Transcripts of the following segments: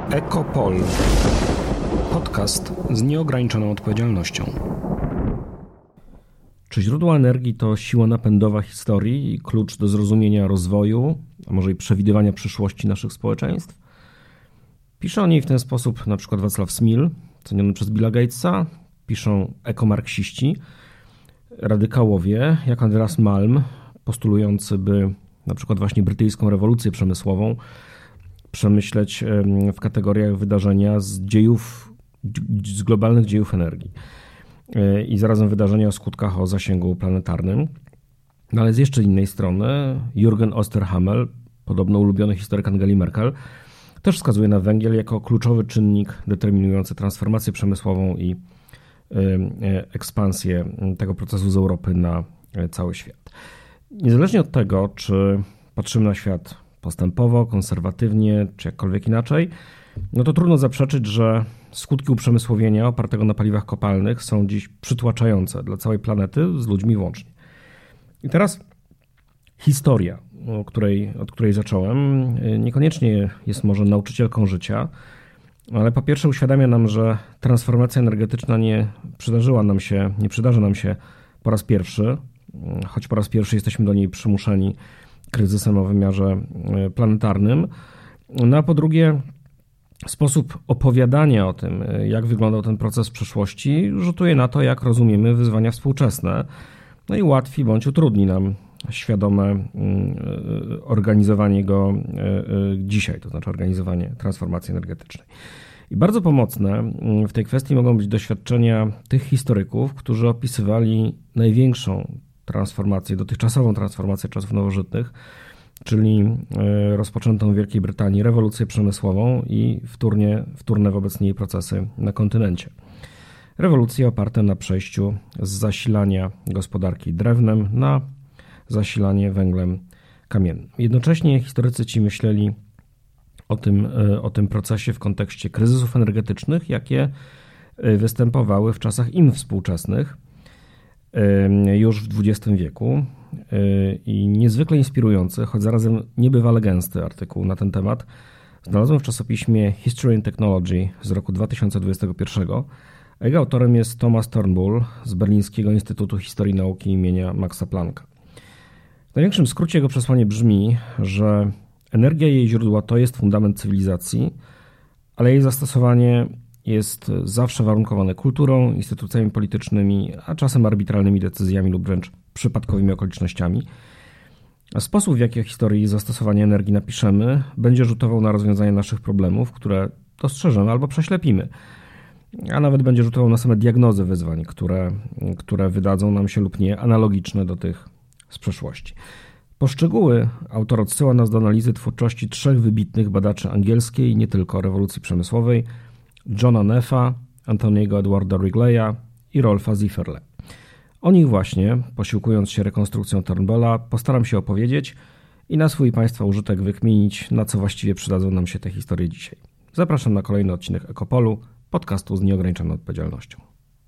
Ekopol. Podcast z nieograniczoną odpowiedzialnością. Czy źródła energii to siła napędowa historii i klucz do zrozumienia rozwoju, a może i przewidywania przyszłości naszych społeczeństw? Pisze o niej w ten sposób na przykład Václav Smil, ceniony przez Billa Gatesa, piszą ekomarksiści, radykałowie jak Andreas Malm, postulujący, by na przykład właśnie brytyjską rewolucję przemysłową przemyśleć w kategoriach wydarzenia z globalnych dziejów energii i zarazem wydarzenia o skutkach o zasięgu planetarnym. No ale z jeszcze innej strony Jürgen Osterhammel, podobno ulubiony historyk Angeli Merkel, też wskazuje na węgiel jako kluczowy czynnik determinujący transformację przemysłową i ekspansję tego procesu z Europy na cały świat. Niezależnie od tego, czy patrzymy na świat postępowo, konserwatywnie, czy jakkolwiek inaczej, no to trudno zaprzeczyć, że skutki uprzemysłowienia opartego na paliwach kopalnych są dziś przytłaczające dla całej planety, z ludźmi włącznie. I teraz historia, od której zacząłem, niekoniecznie jest może nauczycielką życia, ale po pierwsze uświadamia nam, że transformacja energetyczna nie przydarzy nam się po raz pierwszy, choć po raz pierwszy jesteśmy do niej przymuszeni kryzysem o wymiarze planetarnym. No a po drugie, sposób opowiadania o tym, jak wyglądał ten proces w przeszłości, rzutuje na to, jak rozumiemy wyzwania współczesne. No i ułatwi bądź utrudni nam świadome organizowanie go dzisiaj, to znaczy organizowanie transformacji energetycznej. I bardzo pomocne w tej kwestii mogą być doświadczenia tych historyków, którzy opisywali największą transformację, dotychczasową transformację czasów nowożytnych, czyli rozpoczętą w Wielkiej Brytanii rewolucję przemysłową i wtórne wobec niej procesy na kontynencie. Rewolucje oparte na przejściu z zasilania gospodarki drewnem na zasilanie węglem kamiennym. Jednocześnie historycy ci myśleli o tym procesie w kontekście kryzysów energetycznych, jakie występowały w czasach im współczesnych, już w XX wieku, i niezwykle inspirujący, choć zarazem niebywale gęsty artykuł na ten temat znalazłem w czasopiśmie History and Technology z roku 2021. Jego autorem jest Thomas Turnbull z Berlińskiego Instytutu Historii Nauki imienia Maxa Plancka. W największym skrócie jego przesłanie brzmi, że energia i jej źródła to jest fundament cywilizacji, ale jej zastosowanie jest zawsze warunkowane kulturą, instytucjami politycznymi, a czasem arbitralnymi decyzjami lub wręcz przypadkowymi okolicznościami. A sposób, w jaki o historii zastosowania energii napiszemy, będzie rzutował na rozwiązanie naszych problemów, które dostrzeżemy albo prześlepimy, a nawet będzie rzutował na same diagnozy wyzwań, które wydadzą nam się lub nie analogiczne do tych z przeszłości. Po szczegóły autor odsyła nas do analizy twórczości trzech wybitnych badaczy angielskiej i nie tylko rewolucji przemysłowej: Johna Neffa, Antoniego Edwarda Wrigleya i Rolfa Zifferle. O nich właśnie, posiłkując się rekonstrukcją Turnbulla, postaram się opowiedzieć i na swój Państwa użytek wykminić, na co właściwie przydadzą nam się te historie dzisiaj. Zapraszam na kolejny odcinek Ekopolu, podcastu z nieograniczoną odpowiedzialnością.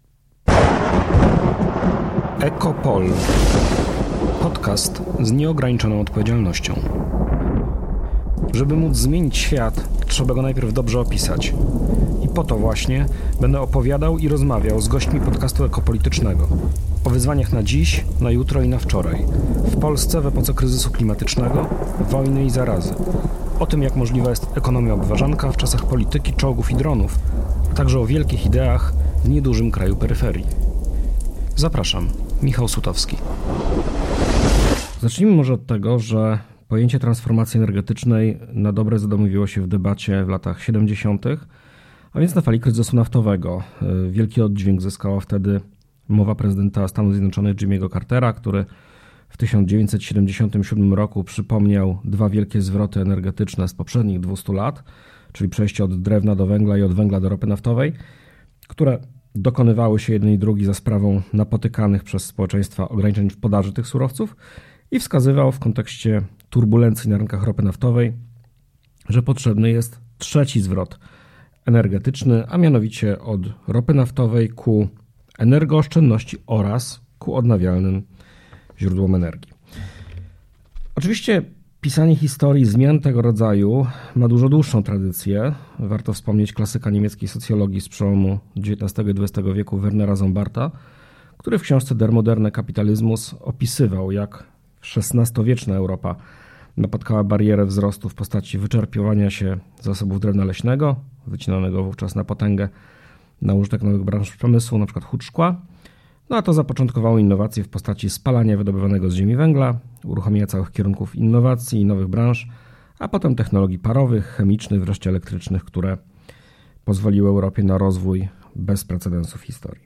Ekopol. Podcast z nieograniczoną odpowiedzialnością. Żeby móc zmienić świat, trzeba go najpierw dobrze opisać. I po to właśnie będę opowiadał i rozmawiał z gośćmi podcastu ekopolitycznego. O wyzwaniach na dziś, na jutro i na wczoraj. W Polsce w epoce kryzysu klimatycznego, wojny i zarazy. O tym, jak możliwa jest ekonomia obwarzanka w czasach polityki, czołgów i dronów, a także o wielkich ideach w niedużym kraju peryferii. Zapraszam, Michał Sutowski. Zacznijmy może od tego, że pojęcie transformacji energetycznej na dobre zadomowiło się w debacie w latach 70., a więc na fali kryzysu naftowego. Wielki oddźwięk zyskała wtedy mowa prezydenta Stanów Zjednoczonych Jimmy'ego Cartera, który w 1977 roku przypomniał dwa wielkie zwroty energetyczne z poprzednich 200 lat, czyli przejście od drewna do węgla i od węgla do ropy naftowej, które dokonywały się jeden i drugi za sprawą napotykanych przez społeczeństwa ograniczeń w podaży tych surowców, i wskazywał w kontekście turbulencji na rynkach ropy naftowej, że potrzebny jest trzeci zwrot energetyczny, a mianowicie od ropy naftowej ku energooszczędności oraz ku odnawialnym źródłom energii. Oczywiście Pisanie historii zmian tego rodzaju ma dużo dłuższą tradycję. Warto wspomnieć klasyka niemieckiej socjologii z przełomu XIX i XX wieku Wernera Zombarta, który w książce Der moderne Kapitalismus opisywał, jak XVI-wieczna Europa napotkała barierę wzrostu w postaci wyczerpywania się zasobów drewna leśnego, wycinanego wówczas na potęgę na użytek nowych branż przemysłu, np. hut szkła. No a to zapoczątkowało innowacje w postaci spalania wydobywanego z ziemi węgla, uruchomienia całych kierunków innowacji i nowych branż, a potem technologii parowych, chemicznych, wreszcie elektrycznych, które pozwoliły Europie na rozwój bez precedensu w historii.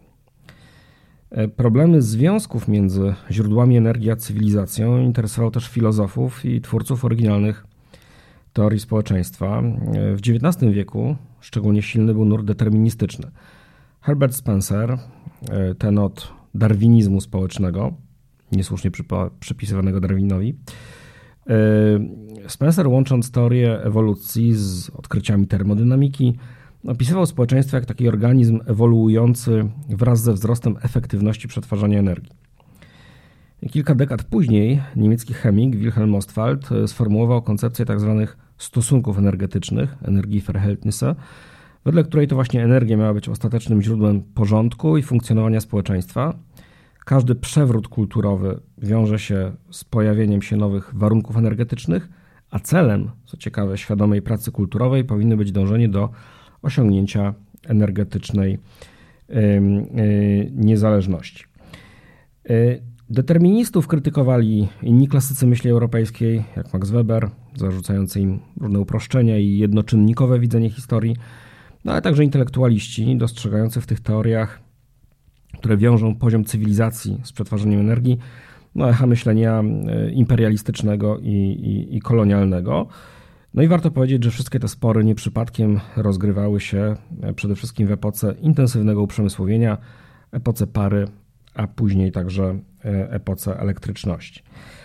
Problemy związków między źródłami energii a cywilizacją interesowały też filozofów i twórców oryginalnych teorii społeczeństwa. W XIX wieku szczególnie silny był nurt deterministyczny. Herbert Spencer, ten od darwinizmu społecznego, niesłusznie przypisywanego Darwinowi, Spencer, łącząc teorię ewolucji z odkryciami termodynamiki, opisywał społeczeństwo jak taki organizm ewoluujący wraz ze wzrostem efektywności przetwarzania energii. Kilka dekad później niemiecki chemik Wilhelm Ostwald sformułował koncepcję tzw. stosunków energetycznych, Energieverhältnisse, wedle której to właśnie energia miała być ostatecznym źródłem porządku i funkcjonowania społeczeństwa. Każdy przewrót kulturowy wiąże się z pojawieniem się nowych warunków energetycznych, a celem, co ciekawe, świadomej pracy kulturowej powinno być dążenie do osiągnięcia energetycznej niezależności. Deterministów krytykowali inni klasycy myśli europejskiej, jak Max Weber, zarzucający im różne uproszczenia i jednoczynnikowe widzenie historii, no ale także intelektualiści dostrzegający w tych teoriach, które wiążą poziom cywilizacji z przetwarzaniem energii, echa myślenia imperialistycznego i kolonialnego. No i warto powiedzieć, że wszystkie te spory nie przypadkiem rozgrywały się przede wszystkim w epoce intensywnego uprzemysłowienia, epoce pary, a później także epoce elektryczności.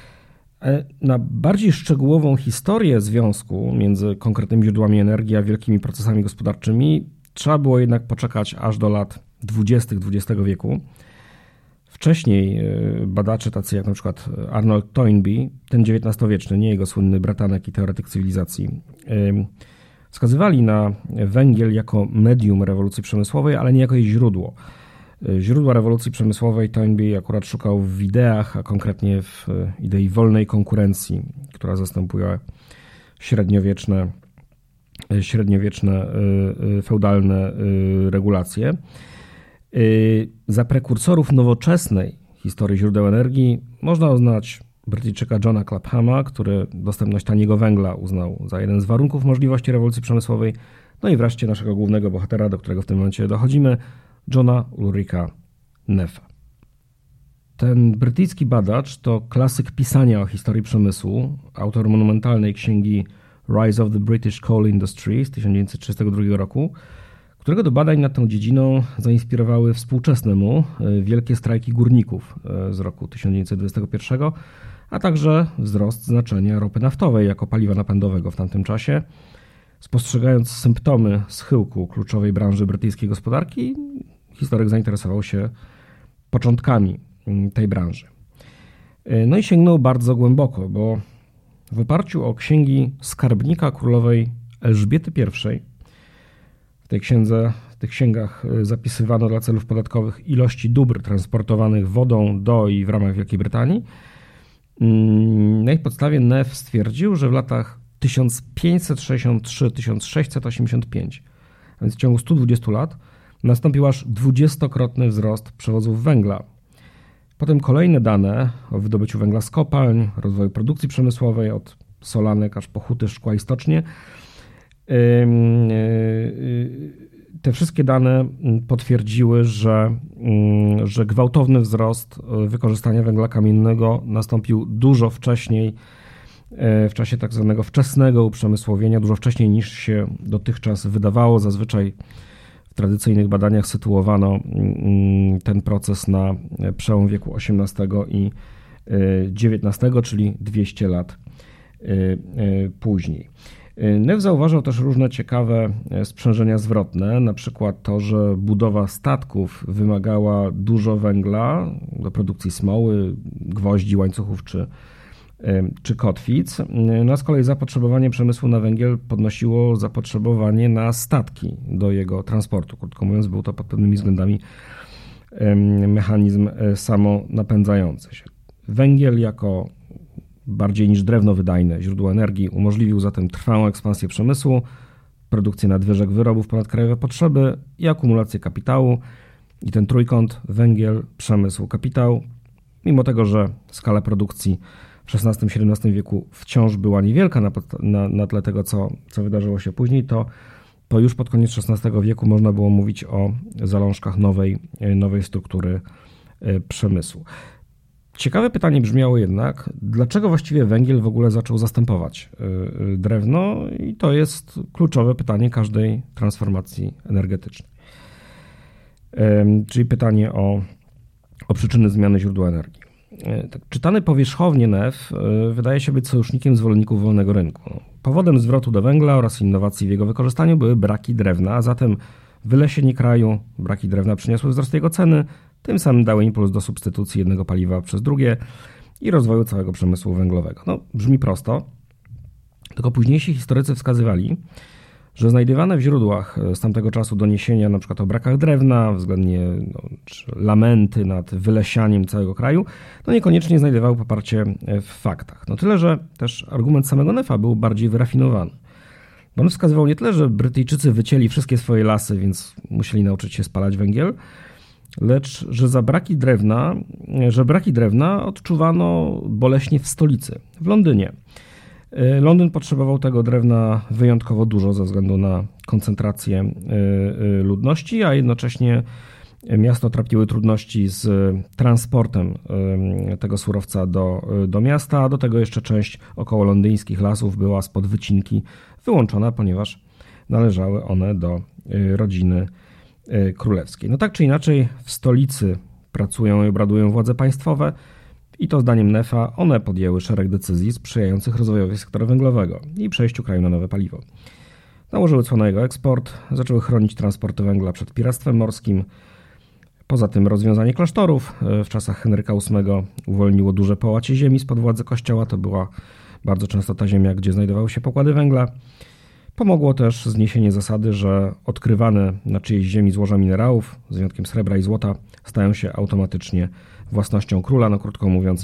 Na bardziej szczegółową historię związku między konkretnymi źródłami energii a wielkimi procesami gospodarczymi trzeba było jednak poczekać aż do lat 20. XX wieku. Wcześniej badacze tacy jak na przykład Arnold Toynbee, ten XIX-wieczny, nie jego słynny bratanek i teoretyk cywilizacji, wskazywali na węgiel jako medium rewolucji przemysłowej, ale nie jako jej źródło. Źródła rewolucji przemysłowej Toynbee akurat szukał w ideach, a konkretnie w idei wolnej konkurencji, która zastępuje średniowieczne feudalne regulacje. Za prekursorów nowoczesnej historii źródeł energii można uznać Brytyjczyka Johna Claphama, który dostępność taniego węgla uznał za jeden z warunków możliwości rewolucji przemysłowej. No i wreszcie naszego głównego bohatera, do którego w tym momencie dochodzimy, Johna Ulricha Neffa. Ten brytyjski badacz to klasyk pisania o historii przemysłu, autor monumentalnej księgi Rise of the British Coal Industry z 1932 roku, którego do badań nad tą dziedziną zainspirowały współczesne mu wielkie strajki górników z roku 1921, a także wzrost znaczenia ropy naftowej jako paliwa napędowego w tamtym czasie. Spostrzegając symptomy schyłku kluczowej branży brytyjskiej gospodarki, historyk zainteresował się początkami tej branży. No i sięgnął bardzo głęboko, bo w oparciu o księgi skarbnika królowej Elżbiety I, w tych księgach zapisywano dla celów podatkowych ilości dóbr transportowanych wodą do i w ramach Wielkiej Brytanii. Na ich podstawie Neff stwierdził, że w latach 1563-1685, a więc w ciągu 120 lat, nastąpił aż 20-krotny wzrost przewozów węgla. Potem kolejne dane o wydobyciu węgla z kopalń, rozwoju produkcji przemysłowej od solanek aż po huty, szkła i stocznie. Te wszystkie dane potwierdziły, że gwałtowny wzrost wykorzystania węgla kamiennego nastąpił dużo wcześniej, w czasie tak zwanego wczesnego uprzemysłowienia, dużo wcześniej niż się dotychczas wydawało. Zazwyczaj w tradycyjnych badaniach sytuowano ten proces na przełom wieku XVIII i XIX, czyli 200 lat później. Neff zauważał też różne ciekawe sprzężenia zwrotne, na przykład to, że budowa statków wymagała dużo węgla do produkcji smoły, gwoździ, łańcuchów czy czy kotwic. No a z kolei zapotrzebowanie przemysłu na węgiel podnosiło zapotrzebowanie na statki do jego transportu. Krótko mówiąc, był to pod pewnymi względami mechanizm samonapędzający się. Węgiel jako bardziej niż drewno wydajne źródło energii umożliwił zatem trwałą ekspansję przemysłu, produkcję nadwyżek wyrobów ponad krajowe potrzeby i akumulację kapitału. I ten trójkąt węgiel, przemysł, kapitał, mimo tego, że skala produkcji w XVI-XVII wieku wciąż była niewielka na tle tego, co wydarzyło się później, to już pod koniec XVI wieku można było mówić o zalążkach nowej struktury przemysłu. Ciekawe pytanie brzmiało jednak, dlaczego właściwie węgiel w ogóle zaczął zastępować drewno? I to jest kluczowe pytanie każdej transformacji energetycznej. Czyli pytanie o przyczyny zmiany źródła energii. Czytany powierzchownie NEF wydaje się być sojusznikiem zwolenników wolnego rynku. Powodem zwrotu do węgla oraz innowacji w jego wykorzystaniu były braki drewna, a zatem wylesienie kraju, braki drewna przyniosły wzrost jego ceny, tym samym dały impuls do substytucji jednego paliwa przez drugie i rozwoju całego przemysłu węglowego. No, brzmi prosto, tylko późniejsi historycy wskazywali, że znajdywane w źródłach z tamtego czasu doniesienia np. o brakach drewna, względnie lamenty nad wylesianiem całego kraju, niekoniecznie znajdowały poparcie w faktach. Tyle, że też argument samego NEF-a był bardziej wyrafinowany. Bo on wskazywał nie tyle, że Brytyjczycy wycięli wszystkie swoje lasy, więc musieli nauczyć się spalać węgiel, lecz że braki drewna odczuwano boleśnie w stolicy, w Londynie. Londyn potrzebował tego drewna wyjątkowo dużo ze względu na koncentrację ludności, a jednocześnie miasto trapiły trudności z transportem tego surowca do miasta, a do tego jeszcze część około londyńskich lasów była spod wycinki wyłączona, ponieważ należały one do rodziny królewskiej. Tak czy inaczej w stolicy pracują i obradują władze państwowe i to zdaniem NEF-a one podjęły szereg decyzji sprzyjających rozwojowi sektora węglowego i przejściu kraju na nowe paliwo. Nałożyły cło na jego eksport, zaczęły chronić transporty węgla przed piractwem morskim. Poza tym rozwiązanie klasztorów w czasach Henryka VIII uwolniło duże połacie ziemi spod władzy kościoła. To była bardzo często ta ziemia, gdzie znajdowały się pokłady węgla. Pomogło też zniesienie zasady, że odkrywane na czyjejś ziemi złoża minerałów, z wyjątkiem srebra i złota, stają się automatycznie własnością króla. Krótko mówiąc,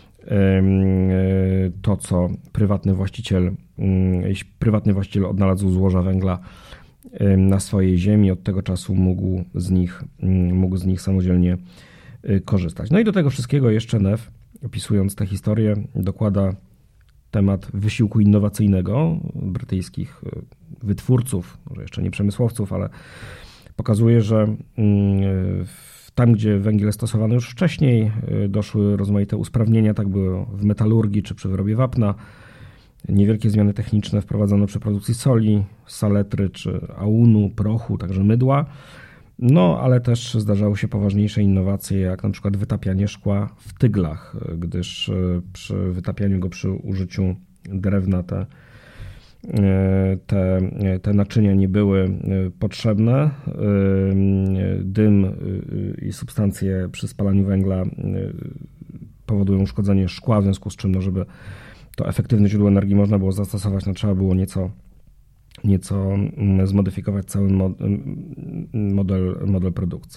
to co jeśli prywatny właściciel odnalazł złoża węgla na swojej ziemi, od tego czasu mógł z nich samodzielnie korzystać. I do tego wszystkiego jeszcze NEF, opisując tę historię, dokłada temat wysiłku innowacyjnego brytyjskich wytwórców, może jeszcze nie przemysłowców, ale pokazuje, że tam, gdzie węgiel stosowano już wcześniej, doszły rozmaite usprawnienia, tak było w metalurgii czy przy wyrobie wapna. Niewielkie zmiany techniczne wprowadzono przy produkcji soli, saletry czy aunu, prochu, także mydła. Ale też zdarzały się poważniejsze innowacje, jak na przykład wytapianie szkła w tyglach, gdyż przy wytapianiu go przy użyciu drewna te naczynia nie były potrzebne. Dym i substancje przy spalaniu węgla powodują uszkodzenie szkła, w związku z czym, żeby to efektywne źródło energii można było zastosować, trzeba było nieco zmodyfikować cały model produkcji.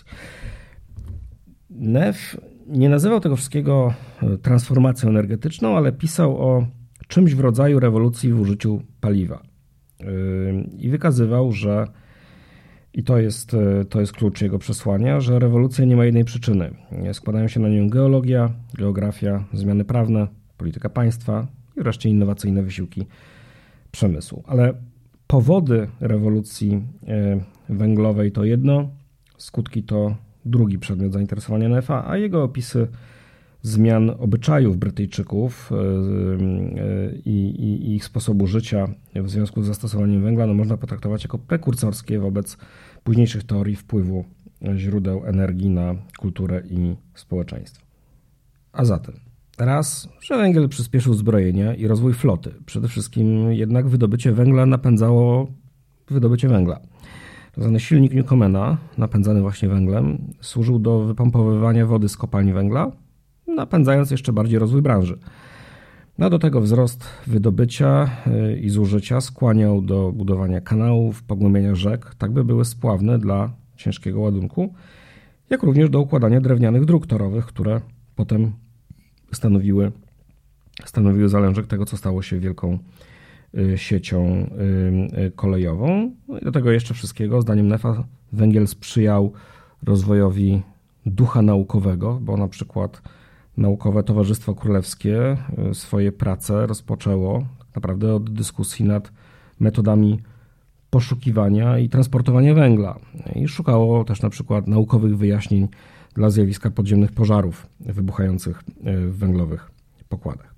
NEF nie nazywał tego wszystkiego transformacją energetyczną, ale pisał o czymś w rodzaju rewolucji w użyciu paliwa. I wykazywał, że, i to jest klucz jego przesłania, że rewolucja nie ma jednej przyczyny. Składają się na nią geologia, geografia, zmiany prawne, polityka państwa i wreszcie innowacyjne wysiłki przemysłu. Ale powody rewolucji węglowej to jedno, skutki to drugi przedmiot zainteresowania NEF-a, a jego opisy zmian obyczajów Brytyjczyków i ich sposobu życia w związku z zastosowaniem węgla można potraktować jako prekursorskie wobec późniejszych teorii wpływu źródeł energii na kulturę i społeczeństwo. A zatem raz, że węgiel przyspieszył zbrojenia i rozwój floty. Przede wszystkim jednak wydobycie węgla napędzało wydobycie węgla. Tzw. silnik Newcomena, napędzany właśnie węglem, służył do wypompowywania wody z kopalni węgla, napędzając jeszcze bardziej rozwój branży. No do tego wzrost wydobycia i zużycia skłaniał do budowania kanałów, pogłębiania rzek, tak by były spławne dla ciężkiego ładunku, jak również do układania drewnianych dróg torowych, które potem stanowiły zalążek tego, co stało się wielką siecią kolejową. No i do tego jeszcze wszystkiego, zdaniem Neffa, węgiel sprzyjał rozwojowi ducha naukowego, bo na przykład Naukowe Towarzystwo Królewskie swoje prace rozpoczęło tak naprawdę od dyskusji nad metodami poszukiwania i transportowania węgla. I szukało też na przykład naukowych wyjaśnień dla zjawiska podziemnych pożarów wybuchających w węglowych pokładach.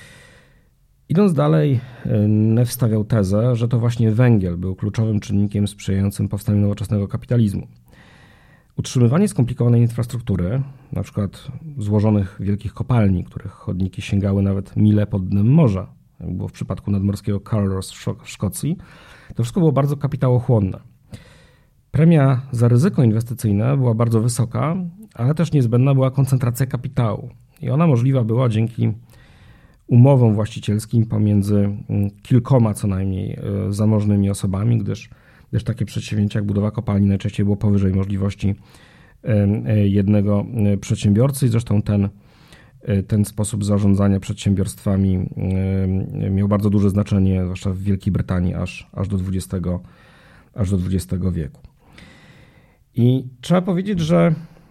Idąc dalej, Neff stawiał tezę, że to właśnie węgiel był kluczowym czynnikiem sprzyjającym powstaniu nowoczesnego kapitalizmu. Utrzymywanie skomplikowanej infrastruktury, na przykład złożonych wielkich kopalni, których chodniki sięgały nawet mile pod dnem morza, jak było w przypadku nadmorskiego Carlos w Szkocji, to wszystko było bardzo kapitałochłonne. Premia za ryzyko inwestycyjne była bardzo wysoka, ale też niezbędna była koncentracja kapitału. I ona możliwa była dzięki umowom właścicielskim pomiędzy kilkoma co najmniej zamożnymi osobami, gdyż takie przedsięwzięcie jak budowa kopalni najczęściej było powyżej możliwości jednego przedsiębiorcy i zresztą ten sposób zarządzania przedsiębiorstwami miał bardzo duże znaczenie, zwłaszcza w Wielkiej Brytanii aż do XX wieku. I trzeba powiedzieć, że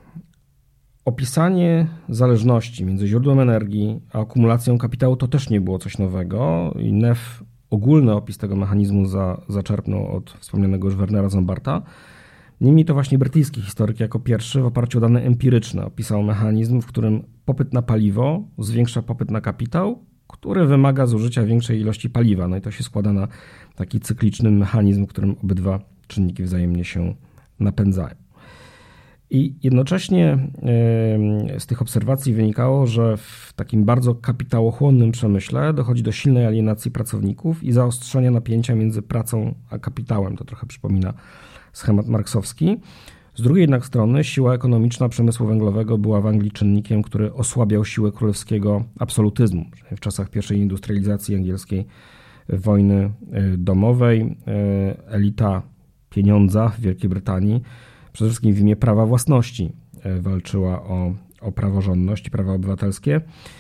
opisanie zależności między źródłem energii a akumulacją kapitału to też nie było coś nowego i Neff ogólny opis tego mechanizmu zaczerpnął od wspomnianego już Wernera Zombarta. Niemniej to właśnie brytyjski historyk jako pierwszy w oparciu o dane empiryczne opisał mechanizm, w którym popyt na paliwo zwiększa popyt na kapitał, który wymaga zużycia większej ilości paliwa. No i to się składa na taki cykliczny mechanizm, w którym obydwa czynniki wzajemnie się napędzają. I jednocześnie z tych obserwacji wynikało, że w takim bardzo kapitałochłonnym przemyśle dochodzi do silnej alienacji pracowników i zaostrzenia napięcia między pracą a kapitałem. To trochę przypomina schemat marksowski. Z drugiej jednak strony siła ekonomiczna przemysłu węglowego była w Anglii czynnikiem, który osłabiał siłę królewskiego absolutyzmu. W czasach pierwszej industrializacji angielskiej, wojny domowej, elita pieniądza w Wielkiej Brytanii przede wszystkim w imię prawa własności walczyła o praworządność i prawa obywatelskie.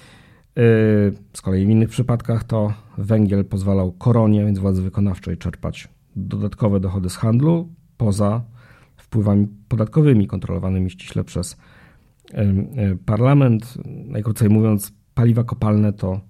Z kolei w innych przypadkach to węgiel pozwalał koronie, więc władzy wykonawczej, czerpać dodatkowe dochody z handlu poza wpływami podatkowymi kontrolowanymi ściśle przez parlament. Najkrócej mówiąc, paliwa kopalne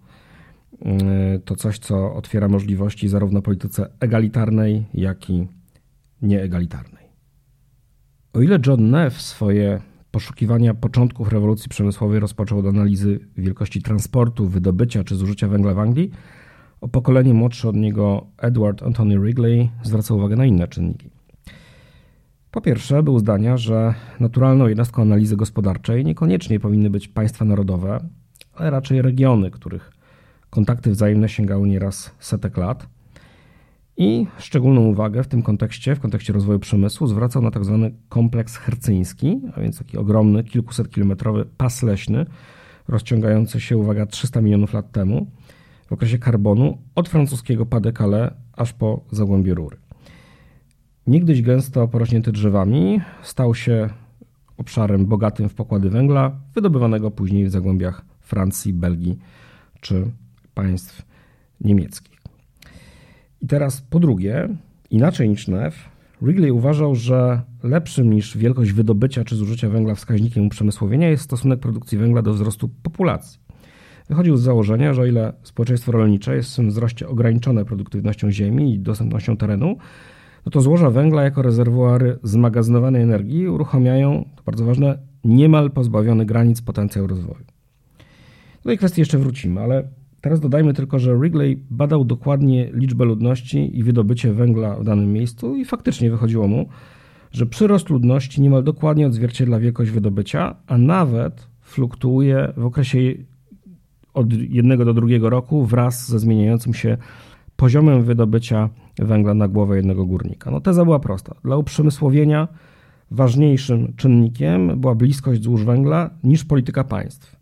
to coś, co otwiera możliwości zarówno polityce egalitarnej, jak i nieegalitarnej. O ile John Neff swoje poszukiwania początków rewolucji przemysłowej rozpoczął od analizy wielkości transportu, wydobycia czy zużycia węgla w Anglii, o pokolenie młodsze od niego Edward Anthony Wrigley zwraca uwagę na inne czynniki. Po pierwsze, był zdania, że naturalną jednostką analizy gospodarczej niekoniecznie powinny być państwa narodowe, ale raczej regiony, których kontakty wzajemne sięgały nieraz setek lat. I szczególną uwagę w tym kontekście, w kontekście rozwoju przemysłu, zwracał na tzw. kompleks hercyński, a więc taki ogromny, kilkusetkilometrowy pas leśny, rozciągający się, uwaga, 300 milionów lat temu, w okresie karbonu, od francuskiego Pas-de-Calais aż po zagłębie Rury. Niegdyś gęsto porośnięty drzewami, stał się obszarem bogatym w pokłady węgla, wydobywanego później w zagłębiach Francji, Belgii czy państw niemieckich. I teraz po drugie, inaczej niż Neff, Wrigley uważał, że lepszym niż wielkość wydobycia czy zużycia węgla wskaźnikiem uprzemysłowienia jest stosunek produkcji węgla do wzrostu populacji. Wychodził z założenia, że o ile społeczeństwo rolnicze jest w swym wzroście ograniczone produktywnością ziemi i dostępnością terenu, no to złoża węgla jako rezerwuary zmagazynowanej energii uruchamiają, to bardzo ważne, niemal pozbawiony granic potencjał rozwoju. Do tej kwestii jeszcze wrócimy, ale teraz dodajmy tylko, że Wrigley badał dokładnie liczbę ludności i wydobycie węgla w danym miejscu i faktycznie wychodziło mu, że przyrost ludności niemal dokładnie odzwierciedla wielkość wydobycia, a nawet fluktuuje w okresie od jednego do drugiego roku wraz ze zmieniającym się poziomem wydobycia węgla na głowę jednego górnika. No teza była prosta. Dla uprzemysłowienia ważniejszym czynnikiem była bliskość złóż węgla niż polityka państw.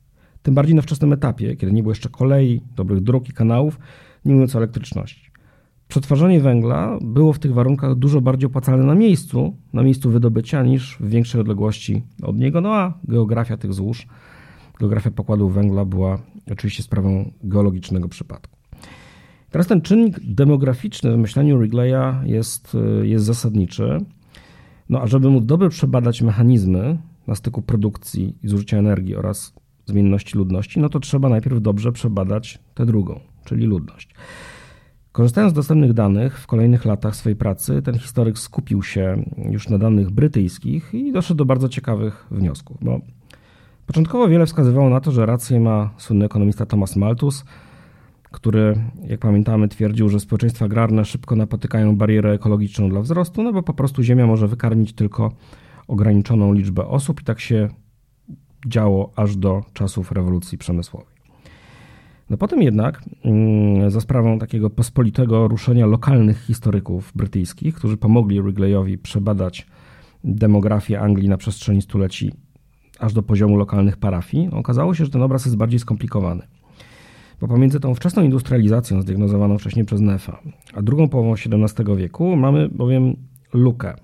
Tym bardziej na wczesnym etapie, kiedy nie było jeszcze kolei, dobrych dróg i kanałów, nie mówiąc o elektryczności. Przetwarzanie węgla było w tych warunkach dużo bardziej opłacalne na miejscu wydobycia niż w większej odległości od niego, no a geografia tych złóż, geografia pokładów węgla była oczywiście sprawą geologicznego przypadku. Teraz ten czynnik demograficzny w myśleniu Wrigley'a jest zasadniczy, no a żeby móc dobrze przebadać mechanizmy na styku produkcji i zużycia energii oraz zmienności ludności, no to trzeba najpierw dobrze przebadać tę drugą, czyli ludność. Korzystając z dostępnych danych w kolejnych latach swojej pracy, ten historyk skupił się już na danych brytyjskich i doszedł do bardzo ciekawych wniosków. Bo początkowo wiele wskazywało na to, że rację ma słynny ekonomista Thomas Malthus, który, jak pamiętamy, twierdził, że społeczeństwa agrarne szybko napotykają barierę ekologiczną dla wzrostu, no bo po prostu ziemia może wykarmić tylko ograniczoną liczbę osób i tak się działo aż do czasów rewolucji przemysłowej. No potem jednak za sprawą takiego pospolitego ruszenia lokalnych historyków brytyjskich, którzy pomogli Wrigley'owi przebadać demografię Anglii na przestrzeni stuleci aż do poziomu lokalnych parafii, okazało się, że ten obraz jest bardziej skomplikowany. Bo pomiędzy tą wczesną industrializacją zdiagnozowaną wcześniej przez Neffa, a drugą połową XVII wieku mamy bowiem lukę.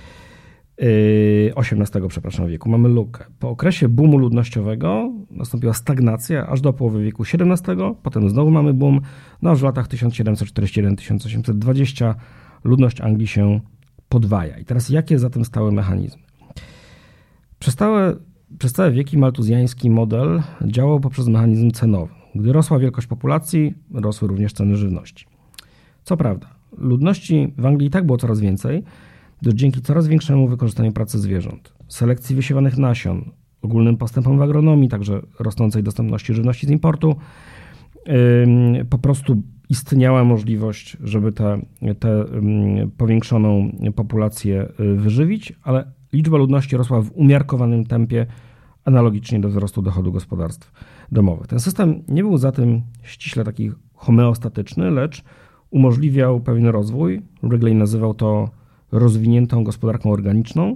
XVIII wieku mamy lukę. Po okresie boomu ludnościowego nastąpiła stagnacja aż do połowy wieku XVII, potem znowu mamy boom, no aż w latach 1741-1820 ludność Anglii się podwaja. I teraz jakie za tym stały mechanizmy? Przez całe wieki maltuzjański model działał poprzez mechanizm cenowy. Gdy rosła wielkość populacji, rosły również ceny żywności. Co prawda, ludności w Anglii i tak było coraz więcej, gdyż dzięki coraz większemu wykorzystaniu pracy zwierząt, selekcji wysiewanych nasion, ogólnym postępom w agronomii, także rosnącej dostępności żywności z importu, po prostu istniała możliwość, żeby tę powiększoną populację wyżywić, ale liczba ludności rosła w umiarkowanym tempie, analogicznie do wzrostu dochodu gospodarstw domowych. Ten system nie był zatem ściśle taki homeostatyczny, lecz umożliwiał pewien rozwój. Wrigley nazywał to rozwiniętą gospodarką organiczną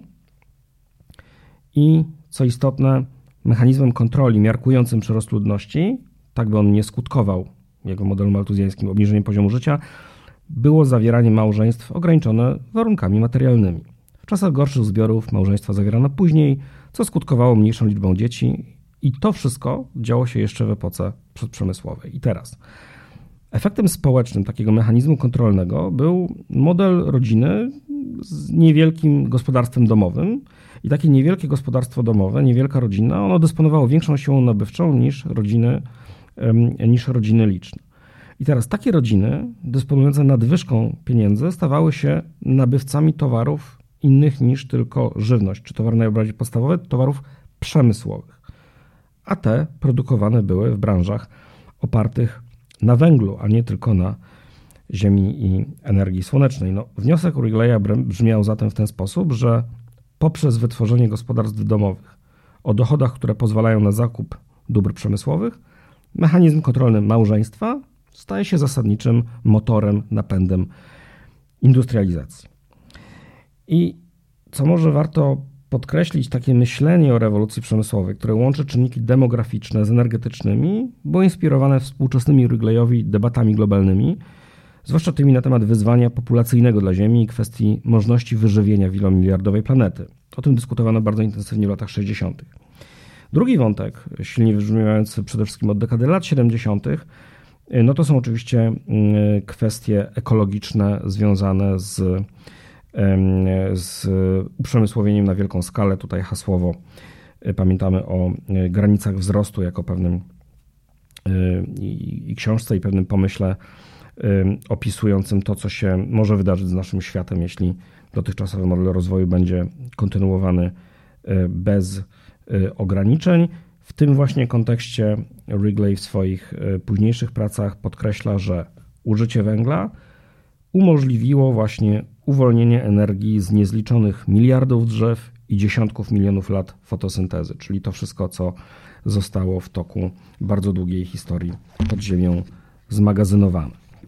i, co istotne, mechanizmem kontroli miarkującym przyrost ludności, tak by on nie skutkował, jego modelu maltuzjańskim, obniżeniem poziomu życia, było zawieranie małżeństw ograniczone warunkami materialnymi. W czasach gorszych zbiorów małżeństwa zawierano później, co skutkowało mniejszą liczbą dzieci i to wszystko działo się jeszcze w epoce przedprzemysłowej. I teraz efektem społecznym takiego mechanizmu kontrolnego był model rodziny z niewielkim gospodarstwem domowym i takie niewielkie gospodarstwo domowe, niewielka rodzina, ono dysponowało większą siłą nabywczą niż rodziny liczne. I teraz takie rodziny dysponujące nadwyżką pieniędzy stawały się nabywcami towarów innych niż tylko żywność, czy towary najbardziej podstawowe, towarów przemysłowych. A te produkowane były w branżach opartych na węglu, a nie tylko na ziemi i energii słonecznej. No, wniosek Wrigleya brzmiał zatem w ten sposób, że poprzez wytworzenie gospodarstw domowych o dochodach, które pozwalają na zakup dóbr przemysłowych, mechanizm kontrolny małżeństwa staje się zasadniczym motorem, napędem industrializacji. I co może warto podkreślić, takie myślenie o rewolucji przemysłowej, które łączy czynniki demograficzne z energetycznymi, było inspirowane współczesnymi Wrigleyowi debatami globalnymi, zwłaszcza tymi na temat wyzwania populacyjnego dla Ziemi i kwestii możliwości wyżywienia wielomiliardowej planety. O tym dyskutowano bardzo intensywnie w latach 60. Drugi wątek, silnie wybrzmiewający przede wszystkim od dekady lat 70., no to są oczywiście kwestie ekologiczne związane z uprzemysłowieniem na wielką skalę. Tutaj hasłowo pamiętamy o granicach wzrostu jako pewnym i książce i pewnym pomyśle opisującym to, co się może wydarzyć z naszym światem, jeśli dotychczasowy model rozwoju będzie kontynuowany bez ograniczeń. W tym właśnie kontekście Wrigley w swoich późniejszych pracach podkreśla, że użycie węgla umożliwiło właśnie uwolnienie energii z niezliczonych miliardów drzew i dziesiątków milionów lat fotosyntezy, czyli to wszystko, co zostało w toku bardzo długiej historii pod ziemią zmagazynowane.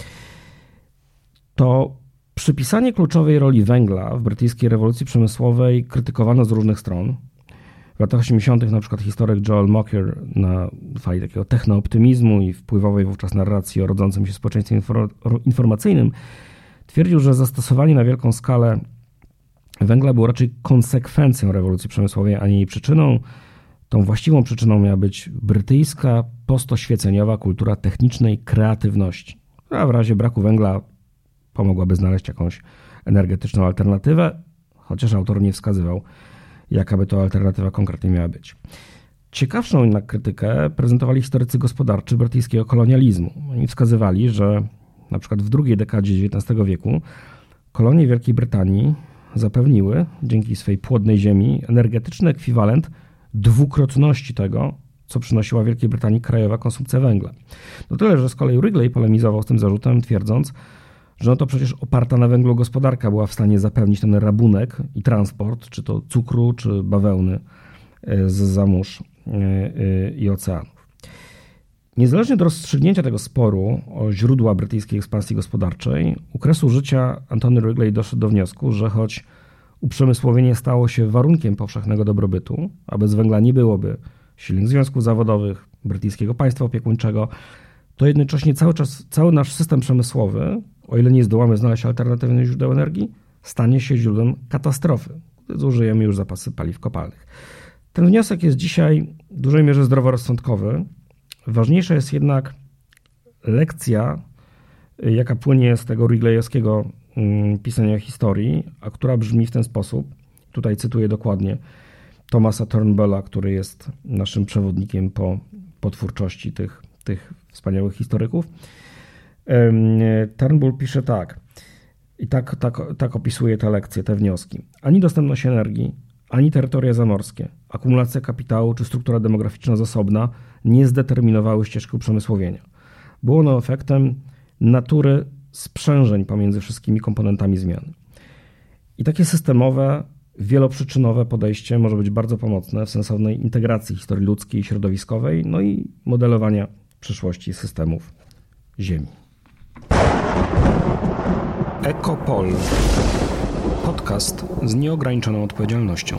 To przypisanie kluczowej roli węgla w brytyjskiej rewolucji przemysłowej krytykowano z różnych stron. W latach 80. na przykład historyk Joel Mokyr na fali takiego technooptymizmu i wpływowej wówczas narracji o rodzącym się społeczeństwie informacyjnym twierdził, że zastosowanie na wielką skalę węgla było raczej konsekwencją rewolucji przemysłowej, a nie jej przyczyną. Tą właściwą przyczyną miała być brytyjska, postoświeceniowa kultura technicznej kreatywności, która w razie braku węgla pomogłaby znaleźć jakąś energetyczną alternatywę, chociaż autor nie wskazywał, jaka by to alternatywa konkretnie miała być. Ciekawszą jednak krytykę prezentowali historycy gospodarczy brytyjskiego kolonializmu. Oni wskazywali, że na przykład w drugiej dekadzie XIX wieku kolonie Wielkiej Brytanii zapewniły dzięki swej płodnej ziemi energetyczny ekwiwalent dwukrotności tego, co przynosiła Wielkiej Brytanii krajowa konsumpcja węgla. No tyle, że z kolei Wrigley polemizował z tym zarzutem, twierdząc, że no to przecież oparta na węglu gospodarka była w stanie zapewnić ten rabunek i transport, czy to cukru, czy bawełny zza mórz i oceanów. Niezależnie od rozstrzygnięcia tego sporu o źródła brytyjskiej ekspansji gospodarczej, u kresu życia Antony Wrigley doszedł do wniosku, że choć uprzemysłowienie stało się warunkiem powszechnego dobrobytu, a bez węgla nie byłoby silnych związków zawodowych, brytyjskiego państwa opiekuńczego, to jednocześnie cały nasz system przemysłowy, o ile nie zdołamy znaleźć alternatywnych źródeł energii, stanie się źródłem katastrofy, gdy zużyjemy już zapasy paliw kopalnych. Ten wniosek jest dzisiaj w dużej mierze zdroworozsądkowy. Ważniejsza jest jednak lekcja, jaka płynie z tego Wrigleyowskiego pisania historii, a która brzmi w ten sposób, tutaj cytuję dokładnie Thomasa Turnbulla, który jest naszym przewodnikiem po twórczości tych wspaniałych historyków. Turnbull pisze tak, i tak opisuje te lekcje, te wnioski. Ani dostępność energii, ani terytoria zamorskie, akumulacja kapitału czy struktura demograficzna zasobna nie zdeterminowały ścieżki uprzemysłowienia. Było ono efektem natury sprzężeń pomiędzy wszystkimi komponentami zmiany. I takie systemowe, wieloprzyczynowe podejście może być bardzo pomocne w sensownej integracji historii ludzkiej i środowiskowej, no i modelowania przyszłości systemów Ziemi. Ekopol. Podcast z nieograniczoną odpowiedzialnością.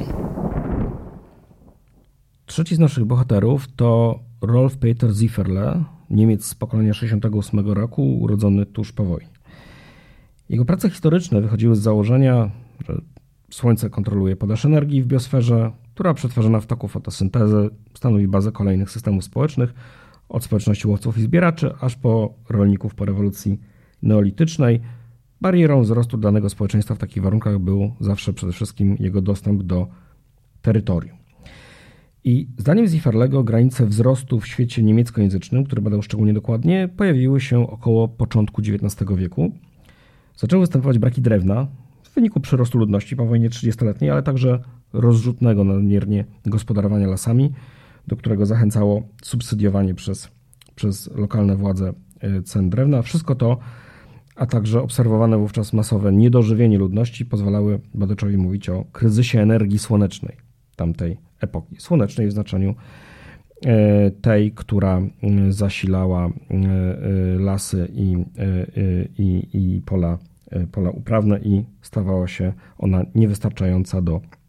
Trzeci z naszych bohaterów to Rolf Peter Zifferle, Niemiec z pokolenia 1968 roku, urodzony tuż po wojnie. Jego prace historyczne wychodziły z założenia, że Słońce kontroluje podaż energii w biosferze, która przetworzona w toku fotosyntezy stanowi bazę kolejnych systemów społecznych, od społeczności łowców i zbieraczy, aż po rolników po rewolucji neolitycznej. Barierą wzrostu danego społeczeństwa w takich warunkach był zawsze przede wszystkim jego dostęp do terytorium. I zdaniem Zifferlego granice wzrostu w świecie niemieckojęzycznym, który badał szczególnie dokładnie, pojawiły się około początku XIX wieku. Zaczęły występować braki drewna w wyniku przyrostu ludności po wojnie 30-letniej, ale także rozrzutnego nadmiernie gospodarowania lasami, do którego zachęcało subsydiowanie przez lokalne władze cen drewna. Wszystko to, a także obserwowane wówczas masowe niedożywienie ludności pozwalały badaczowi mówić o kryzysie energii słonecznej tamtej epoki. Słonecznej w znaczeniu tej, która zasilała lasy i pola uprawne i stawała się ona niewystarczająca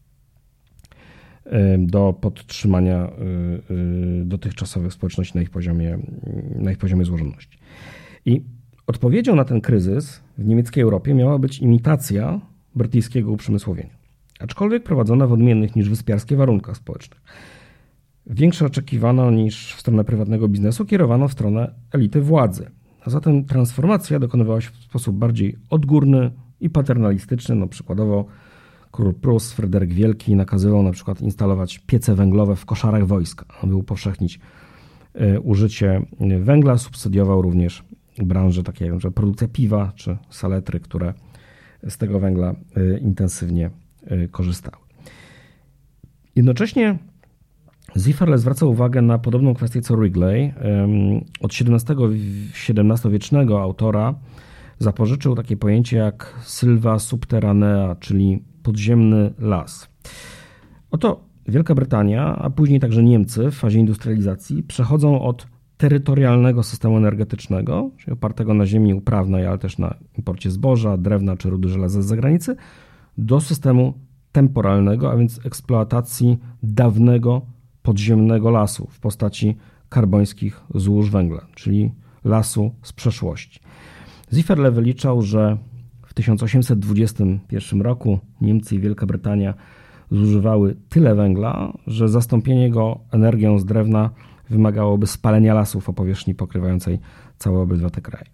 do podtrzymania dotychczasowych społeczności na ich poziomie złożoności. I odpowiedzią na ten kryzys w niemieckiej Europie miała być imitacja brytyjskiego uprzemysłowienia, aczkolwiek prowadzona w odmiennych niż wyspiarskie warunkach społecznych. Większe oczekiwano niż w stronę prywatnego biznesu, kierowano w stronę elity władzy. A zatem transformacja dokonywała się w sposób bardziej odgórny i paternalistyczny. No, przykładowo król Prus Fryderyk Wielki nakazywał na przykład instalować piece węglowe w koszarach wojska, aby upowszechnić użycie węgla. Subsydiował również branże takie jak produkcja piwa czy saletry, które z tego węgla intensywnie korzystały. Jednocześnie Zifferle zwraca uwagę na podobną kwestię co Wrigley. Od XVII-wiecznego autora zapożyczył takie pojęcie jak sylva subterranea, czyli podziemny las. Oto Wielka Brytania, a później także Niemcy w fazie industrializacji przechodzą od terytorialnego systemu energetycznego, czyli opartego na ziemi uprawnej, ale też na imporcie zboża, drewna czy rudy żelaza z zagranicy, do systemu temporalnego, a więc eksploatacji dawnego podziemnego lasu w postaci karbońskich złóż węgla, czyli lasu z przeszłości. Zifferle wyliczał, że w 1821 roku Niemcy i Wielka Brytania zużywały tyle węgla, że zastąpienie go energią z drewna wymagałoby spalenia lasów o powierzchni pokrywającej całe obydwa te kraje.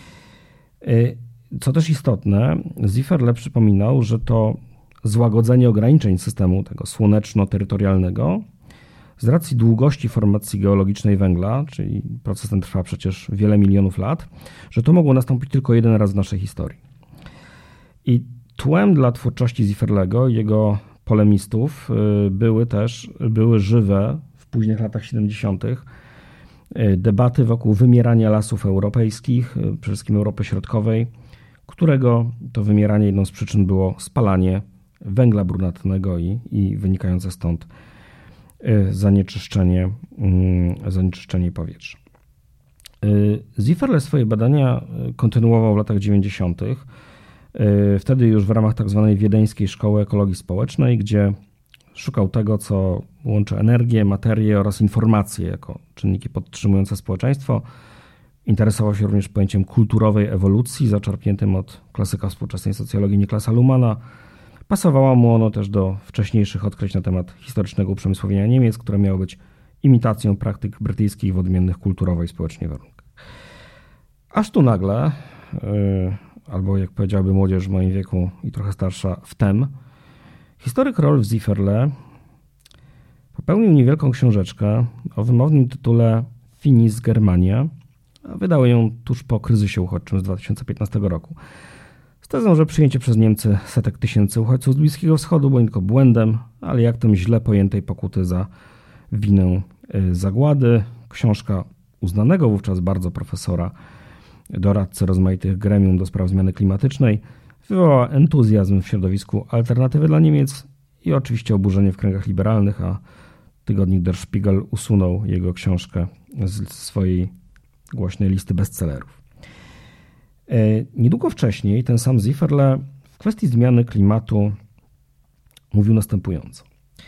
Co też istotne, Zifferle przypominał, że to złagodzenie ograniczeń systemu tego słoneczno-terytorialnego z racji długości formacji geologicznej węgla, czyli proces ten trwa przecież wiele milionów lat, że to mogło nastąpić tylko jeden raz w naszej historii. I tłem dla twórczości Zifferlego i jego polemistów były żywe w późnych latach 70. debaty wokół wymierania lasów europejskich, przede wszystkim Europy Środkowej, którego to wymieranie jedną z przyczyn było spalanie węgla brunatnego i wynikające stąd zanieczyszczenie powietrza. Zifferle swoje badania kontynuował w latach 90. Wtedy już w ramach tzw. wiedeńskiej szkoły ekologii społecznej, gdzie szukał tego, co łączy energię, materię oraz informacje jako czynniki podtrzymujące społeczeństwo. Interesował się również pojęciem kulturowej ewolucji, zaczerpniętym od klasyka współczesnej socjologii Niklasa Luhmanna. Pasowało mu ono też do wcześniejszych odkryć na temat historycznego uprzemysłowienia Niemiec, które miało być imitacją praktyk brytyjskich w odmiennych kulturowo i społecznie warunkach. Aż tu nagle, albo jak powiedziałaby młodzież w moim wieku i trochę starsza, wtem, historyk Rolf Zifferle popełnił niewielką książeczkę o wymownym tytule Finis Germania, a wydał ją tuż po kryzysie uchodźczym z 2015 roku. Z tezą, że przyjęcie przez Niemcy setek tysięcy uchodźców z Bliskiego Wschodu było nie tylko błędem, ale aktem źle pojętej pokuty za winę zagłady. Książka uznanego wówczas bardzo profesora, doradcy rozmaitych gremium do spraw zmiany klimatycznej, wywołała entuzjazm w środowisku Alternatywy dla Niemiec i oczywiście oburzenie w kręgach liberalnych, a tygodnik Der Spiegel usunął jego książkę z swojej głośnej listy bestsellerów. Niedługo wcześniej ten sam Zifferle w kwestii zmiany klimatu mówił następująco.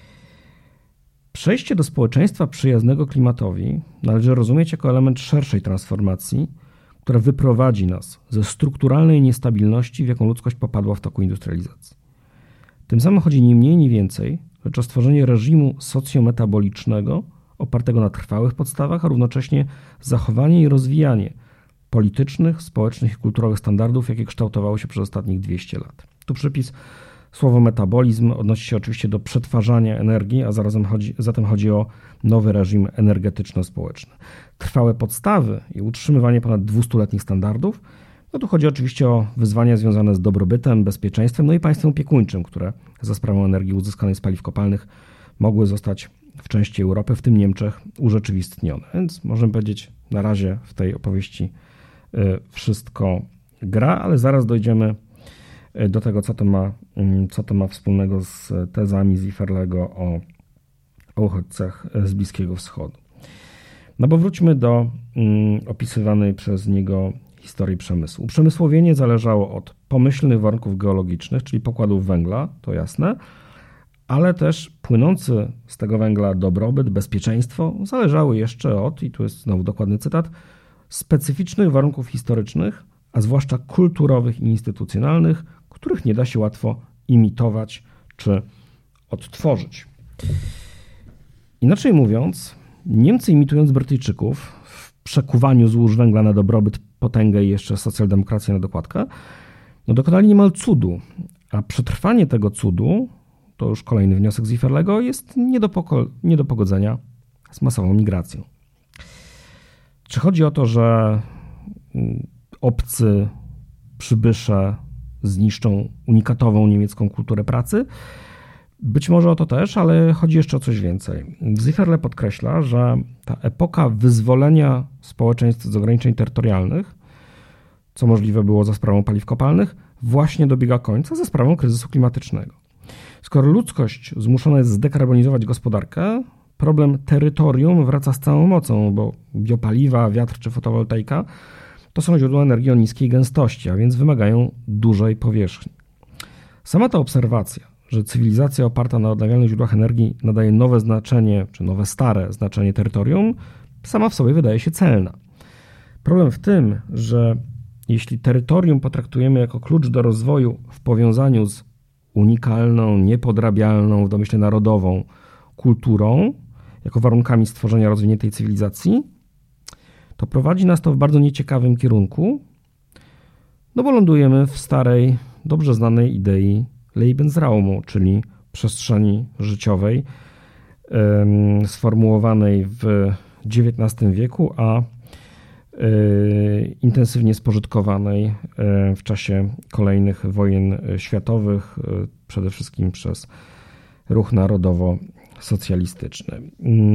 Przejście do społeczeństwa przyjaznego klimatowi należy rozumieć jako element szerszej transformacji, która wyprowadzi nas ze strukturalnej niestabilności, w jaką ludzkość popadła w toku industrializacji. Tym samym chodzi ni mniej, ni więcej, lecz o stworzenie reżimu socjometabolicznego opartego na trwałych podstawach, a równocześnie zachowanie i rozwijanie politycznych, społecznych i kulturowych standardów, jakie kształtowały się przez ostatnich 200 lat. Tu przypis, słowo metabolizm odnosi się oczywiście do przetwarzania energii, a zatem chodzi o nowy reżim energetyczno-społeczny. Trwałe podstawy i utrzymywanie ponad 200-letnich standardów, no tu chodzi oczywiście o wyzwania związane z dobrobytem, bezpieczeństwem, no i państwem opiekuńczym, które za sprawą energii uzyskanej z paliw kopalnych mogły zostać w części Europy, w tym Niemczech, urzeczywistnione. Więc możemy powiedzieć, na razie w tej opowieści wszystko gra, ale zaraz dojdziemy do tego, co to ma wspólnego z tezami Zifferlego o uchodźcach z Bliskiego Wschodu. No bo wróćmy do opisywanej przez niego historii przemysłu. Uprzemysłowienie zależało od pomyślnych warunków geologicznych, czyli pokładów węgla, to jasne, ale też płynący z tego węgla dobrobyt, bezpieczeństwo zależały jeszcze od, i tu jest znowu dokładny cytat, specyficznych warunków historycznych, a zwłaszcza kulturowych i instytucjonalnych, których nie da się łatwo imitować czy odtworzyć. Inaczej mówiąc, Niemcy imitując Brytyjczyków w przekuwaniu złóż węgla na dobrobyt, potęgę i jeszcze socjaldemokrację na dokładkę, no dokonali niemal cudu, a przetrwanie tego cudu, to już kolejny wniosek Zifferlego, jest nie do pogodzenia z masową migracją. Czy chodzi o to, że obcy przybysze zniszczą unikatową niemiecką kulturę pracy? Być może o to też, ale chodzi jeszcze o coś więcej. Zifferle podkreśla, że ta epoka wyzwolenia społeczeństw z ograniczeń terytorialnych, co możliwe było za sprawą paliw kopalnych, właśnie dobiega końca za sprawą kryzysu klimatycznego. Skoro ludzkość zmuszona jest zdekarbonizować gospodarkę, problem terytorium wraca z całą mocą, bo biopaliwa, wiatr czy fotowoltaika to są źródła energii o niskiej gęstości, a więc wymagają dużej powierzchni. Sama ta obserwacja, że cywilizacja oparta na odnawialnych źródłach energii nadaje nowe znaczenie, czy nowe stare znaczenie terytorium, sama w sobie wydaje się celna. Problem w tym, że jeśli terytorium potraktujemy jako klucz do rozwoju w powiązaniu z unikalną, niepodrabialną w domyśle narodową kulturą, jako warunkami stworzenia rozwiniętej cywilizacji, to prowadzi nas to w bardzo nieciekawym kierunku, no bo lądujemy w starej, dobrze znanej idei Lebensraumu, czyli przestrzeni życiowej sformułowanej w XIX wieku, a intensywnie spożytkowanej w czasie kolejnych wojen światowych, przede wszystkim przez ruch narodowo-socjalistyczny.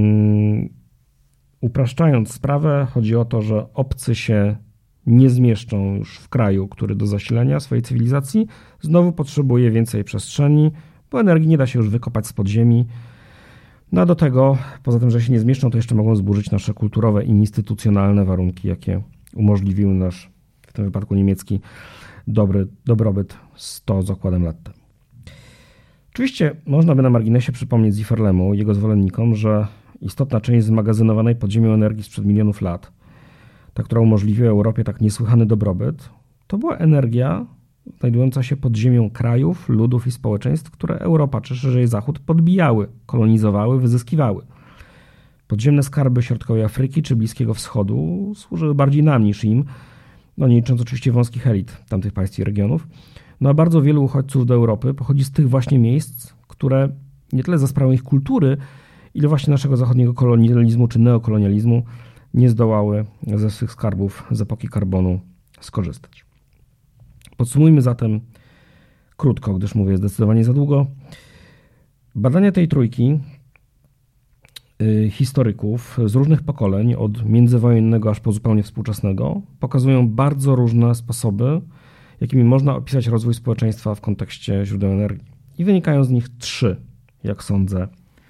Upraszczając sprawę, chodzi o to, że obcy się nie zmieszczą już w kraju, który do zasilania swojej cywilizacji znowu potrzebuje więcej przestrzeni, bo energii nie da się już wykopać z podziemi. No a do tego, poza tym, że się nie zmieszczą, to jeszcze mogą zburzyć nasze kulturowe i instytucjonalne warunki, jakie umożliwiły nasz, w tym wypadku niemiecki, dobrobyt 100 z okładem lat temu. Oczywiście można by na marginesie przypomnieć Zifferlemu i jego zwolennikom, że istotna część zmagazynowanej pod ziemią energii sprzed milionów lat, ta, która umożliwiła Europie tak niesłychany dobrobyt, to była energia znajdująca się pod ziemią krajów, ludów i społeczeństw, które Europa, czy szerzej Zachód, podbijały, kolonizowały, wyzyskiwały. Podziemne skarby środkowej Afryki czy Bliskiego Wschodu służyły bardziej nam niż im, no nie licząc oczywiście wąskich elit tamtych państw i regionów. No a bardzo wielu uchodźców do Europy pochodzi z tych właśnie miejsc, które nie tyle za sprawą ich kultury, ile właśnie naszego zachodniego kolonializmu czy neokolonializmu nie zdołały ze swych skarbów z epoki karbonu skorzystać. Podsumujmy zatem krótko, gdyż mówię zdecydowanie za długo. Badania tej trójki historyków z różnych pokoleń, od międzywojennego aż po zupełnie współczesnego, pokazują bardzo różne sposoby, jakimi można opisać rozwój społeczeństwa w kontekście źródeł energii. I wynikają z nich 3, jak sądzę,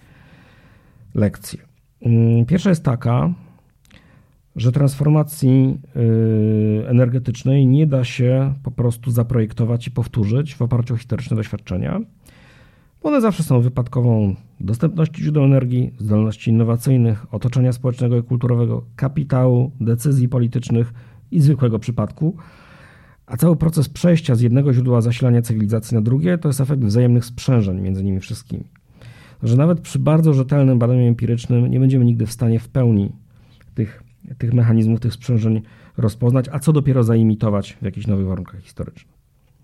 lekcje. Pierwsza jest taka, że transformacji energetycznej nie da się po prostu zaprojektować i powtórzyć w oparciu o historyczne doświadczenia, bo one zawsze są wypadkową dostępności źródeł energii, zdolności innowacyjnych, otoczenia społecznego i kulturowego, kapitału, decyzji politycznych i zwykłego przypadku, a cały proces przejścia z jednego źródła zasilania cywilizacji na drugie to jest efekt wzajemnych sprzężeń między nimi wszystkimi. Że nawet przy bardzo rzetelnym badaniu empirycznym nie będziemy nigdy w stanie w pełni tych mechanizmów, tych sprzężeń rozpoznać, a co dopiero zaimitować w jakichś nowych warunkach historycznych.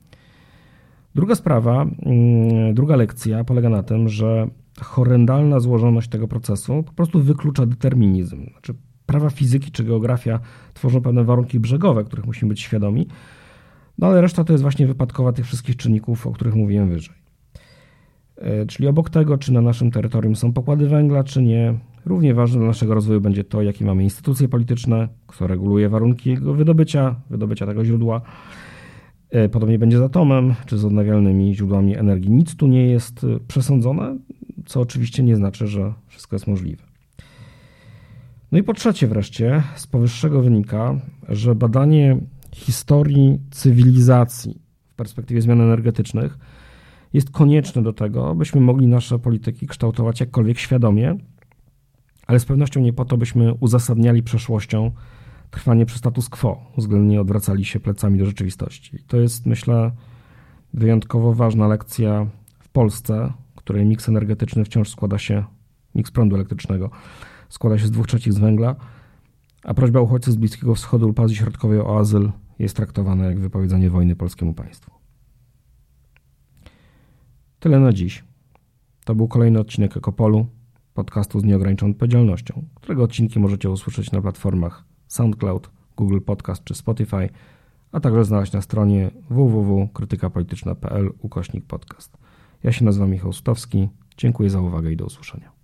Druga sprawa, druga lekcja polega na tym, że horrendalna złożoność tego procesu po prostu wyklucza determinizm. Znaczy prawa fizyki czy geografia tworzą pewne warunki brzegowe, których musimy być świadomi, no ale reszta to jest właśnie wypadkowa tych wszystkich czynników, o których mówiłem wyżej. Czyli obok tego, czy na naszym terytorium są pokłady węgla, czy nie, równie ważne dla naszego rozwoju będzie to, jakie mamy instytucje polityczne, kto reguluje warunki jego wydobycia tego źródła. Podobnie będzie z atomem, czy z odnawialnymi źródłami energii. Nic tu nie jest przesądzone, co oczywiście nie znaczy, że wszystko jest możliwe. No i po trzecie wreszcie, z powyższego wynika, że badanie historii cywilizacji w perspektywie zmian energetycznych jest konieczne do tego, byśmy mogli nasze polityki kształtować jakkolwiek świadomie, ale z pewnością nie po to, byśmy uzasadniali przeszłością trwanie przy status quo, względnie odwracali się plecami do rzeczywistości. I to jest, myślę, wyjątkowo ważna lekcja w Polsce, której miks energetyczny wciąż miks prądu elektrycznego składa się z 2/3 z węgla, a prośba uchodźców z Bliskiego Wschodu lub Azji Środkowej o azyl jest traktowana jak wypowiedzenie wojny polskiemu państwu. Tyle na dziś. To był kolejny odcinek Ekopolu, podcastu z nieograniczoną odpowiedzialnością, którego odcinki możecie usłyszeć na platformach SoundCloud, Google Podcast czy Spotify, a także znaleźć na stronie www.krytykapolityczna.pl/podcast. Ja się nazywam Michał Sutowski. Dziękuję za uwagę i do usłyszenia.